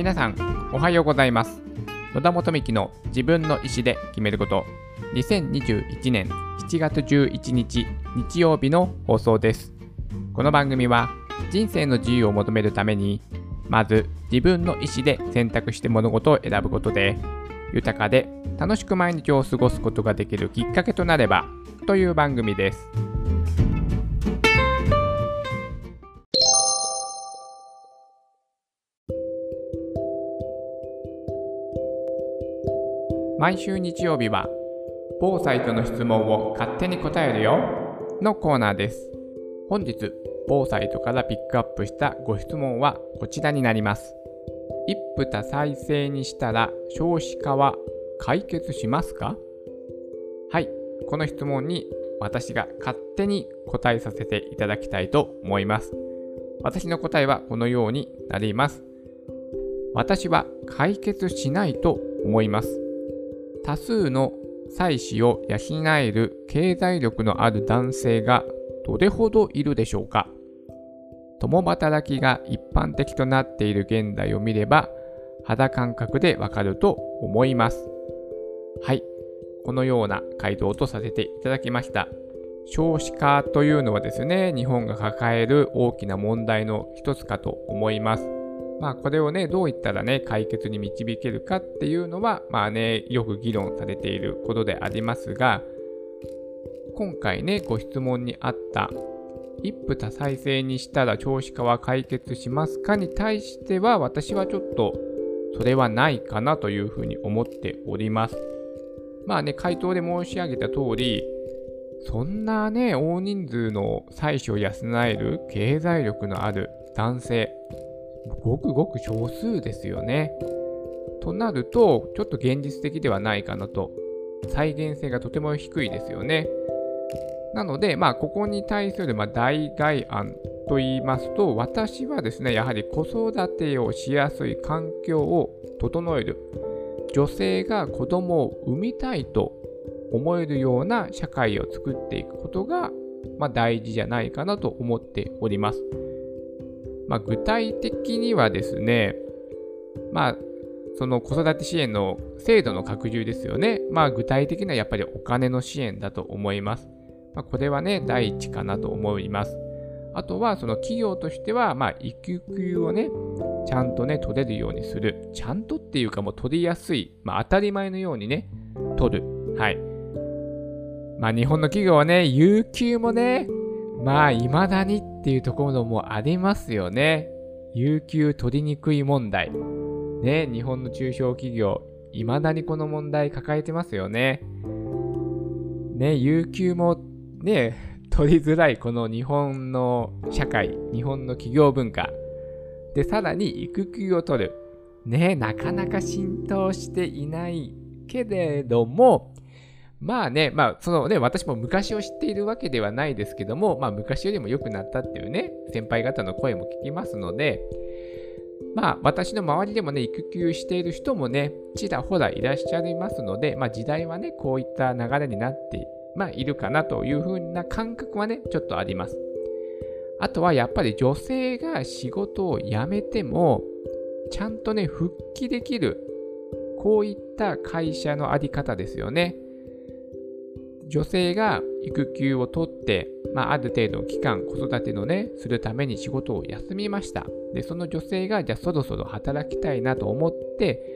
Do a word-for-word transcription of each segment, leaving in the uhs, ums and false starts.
皆さんおはようございます。野田元幹の自分の意思で決めること、にせんにじゅういちねんしちがつじゅういちにち日曜日の放送です。この番組は人生の自由を求めるために、まず自分の意思で選択して物事を選ぶことで、豊かで楽しく毎日を過ごすことができるきっかけとなればという番組です。毎週日曜日は某サイトの質問を勝手に答えるよのコーナーです。本日某サイトからピックアップしたご質問はこちらになります。一夫多妻制にしたら少子化は解決しますか？はい、この質問に私が勝手に答えさせていただきたいと思います。私の答えはこのようになります。私は解決しないと思います。多数の妻子を養える経済力のある男性がどれほどいるでしょうか。共働きが一般的となっている現代を見れば肌感覚でわかると思います。はい、このような回答とさせていただきました。少子化というのはですね、日本が抱える大きな問題の一つかと思います。まあこれをね、どういったらね、解決に導けるかっていうのは、まあね、よく議論されていることでありますが、今回ね、ご質問にあった、一夫多妻制にしたら少子化は解決しますかに対しては、私はちょっと、それはないかなというふうに思っております。まあね、回答で申し上げた通り、そんなね、大人数の妻子を養える経済力のある男性、ごくごく少数ですよね。となると、ちょっと現実的ではないかなと。再現性がとても低いですよね。なので、まあ、ここに対するまあ代替案と言いますと、私はですね、やはり子育てをしやすい環境を整える。女性が子供を産みたいと思えるような社会を作っていくことが、まあ、大事じゃないかなと思っております。まあ、具体的にはですね、まあ、その子育て支援の制度の拡充ですよね。まあ、具体的にはやっぱりお金の支援だと思います。まあ、これはね、第一かなと思います。あとは、その企業としては、まあ、育休をね、ちゃんとね、取れるようにする。ちゃんとっていうか、もう取りやすい。まあ、当たり前のようにね、取る。はい。まあ、日本の企業はね、有給もね、まあ、未だにっていうところもありますよね。有給取りにくい問題。ね、日本の中小企業、未だにこの問題抱えてますよね。ね、有給もね、取りづらいこの日本の社会、日本の企業文化。で、さらに育休を取る。ね、なかなか浸透していないけれども、まあね、まあそのね、私も昔を知っているわけではないですけども、まあ昔よりも良くなったっていうね、先輩方の声も聞きますので、まあ私の周りでもね、育休している人もね、ちらほらいらっしゃいますので、まあ時代はね、こういった流れになって、まあいるかなというふうな感覚はね、ちょっとあります。あとはやっぱり女性が仕事を辞めても、ちゃんとね、復帰できる、こういった会社のあり方ですよね。女性が育休を取って、まあ、ある程度の期間子育てのねするために仕事を休みました。でその女性がじゃあそろそろ働きたいなと思って、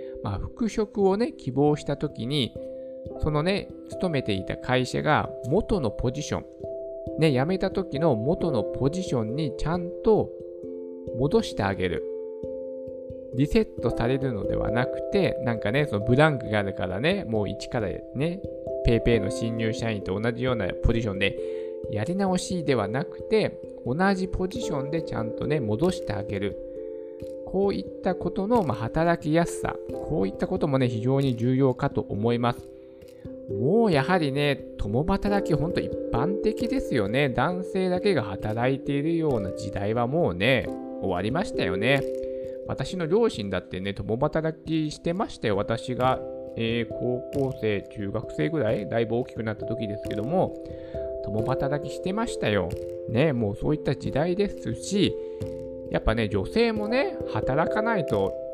まあ、復職をね希望した時にそのね勤めていた会社が元のポジションね辞めた時の元のポジションにちゃんと戻してあげる。リセットされるのではなくて、なんかねそのブランクがあるからねもう一からねペイペイの新入社員と同じようなポジションでやり直しではなくて、同じポジションでちゃんとね戻してあげる。こういったことの、まあ、働きやすさ、こういったこともね非常に重要かと思います。もうやはりね共働き本当一般的ですよね。男性だけが働いているような時代はもうね終わりましたよね。私の両親だってね共働きしてましたよ。私がえー、高校生、中学生ぐらい、だいぶ大きくなった時ですけども、共働きしてましたよ。ね、もうそういった時代ですし、やっぱね、女性もね、働かないと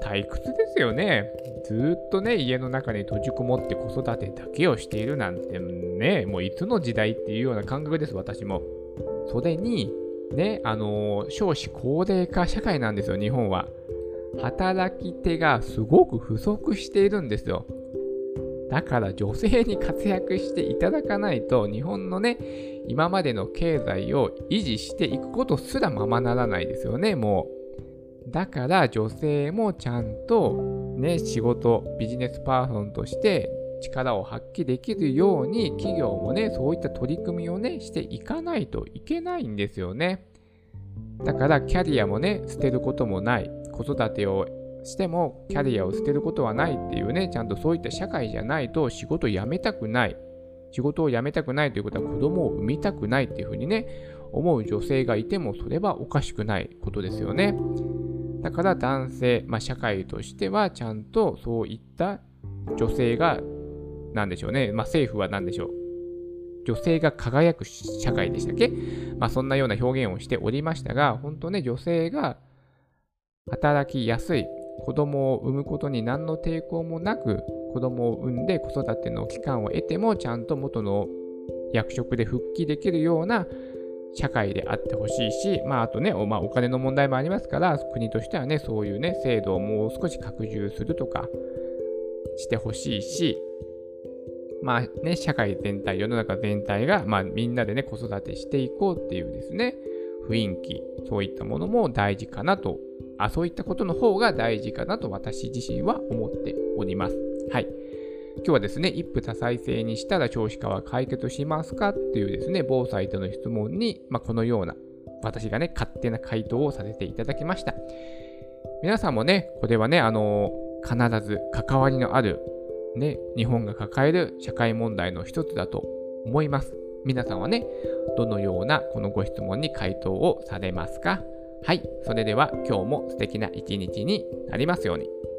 退屈ですよね。ずーっとね、家の中に閉じこもって子育てだけをしているなんてね、もういつの時代っていうような感覚です、私も。それに、ね、あのー少子高齢化社会なんですよ、日本は。働き手がすごく不足しているんですよ。だから女性に活躍していただかないと、日本のね、今までの経済を維持していくことすらままならないですよね、もう。だから女性もちゃんとね、仕事、ビジネスパーソンとして力を発揮できるように、企業もね、そういった取り組みをね、していかないといけないんですよね。だからキャリアもね、捨てることもない。子育てをしてもキャリアを捨てることはないっていうね、ちゃんとそういった社会じゃないと仕事を辞めたくない。仕事を辞めたくないということは子供を産みたくないっていうふうにね、思う女性がいてもそれはおかしくないことですよね。だから男性、まあ、社会としてはちゃんとそういった女性が、なんでしょうね、まあ、政府は何でしょう。女性が輝く社会でしたっけ？まあそんなような表現をしておりましたが、本当ね、女性が働きやすい、子供を産むことに何の抵抗もなく、子供を産んで子育ての期間を得てもちゃんと元の役職で復帰できるような社会であってほしいし、まああとね、お、まあ、お金の問題もありますから、国としてはね、そういうね、制度をもう少し拡充するとかしてほしいし、まあね、社会全体、世の中全体が、まあみんなでね、子育てしていこうっていうですね、雰囲気、そういったものも大事かなと、あ、そういったことの方が大事かなと私自身は思っております。はい。今日はですね、一夫多妻制にしたら少子化は解決しますかっていうですね、某サイトの質問に、まあ、このような、私がね、勝手な回答をさせていただきました。皆さんもね、これはね、あの、必ず関わりのある、ね、日本が抱える社会問題の一つだと思います。皆さんはね、どのようなこのご質問に回答をされますか？はい、それでは今日も素敵な一日になりますように。